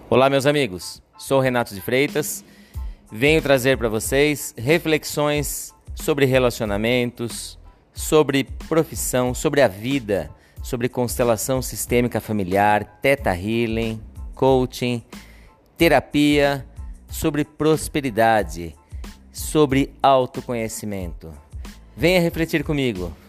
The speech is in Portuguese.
Olá, meus amigos. Sou Renato de Freitas. Venho trazer para vocês reflexões sobre relacionamentos, sobre profissão, sobre a vida, sobre constelação sistêmica familiar, Theta Healing, coaching, terapia, sobre prosperidade, sobre autoconhecimento. Venha refletir comigo.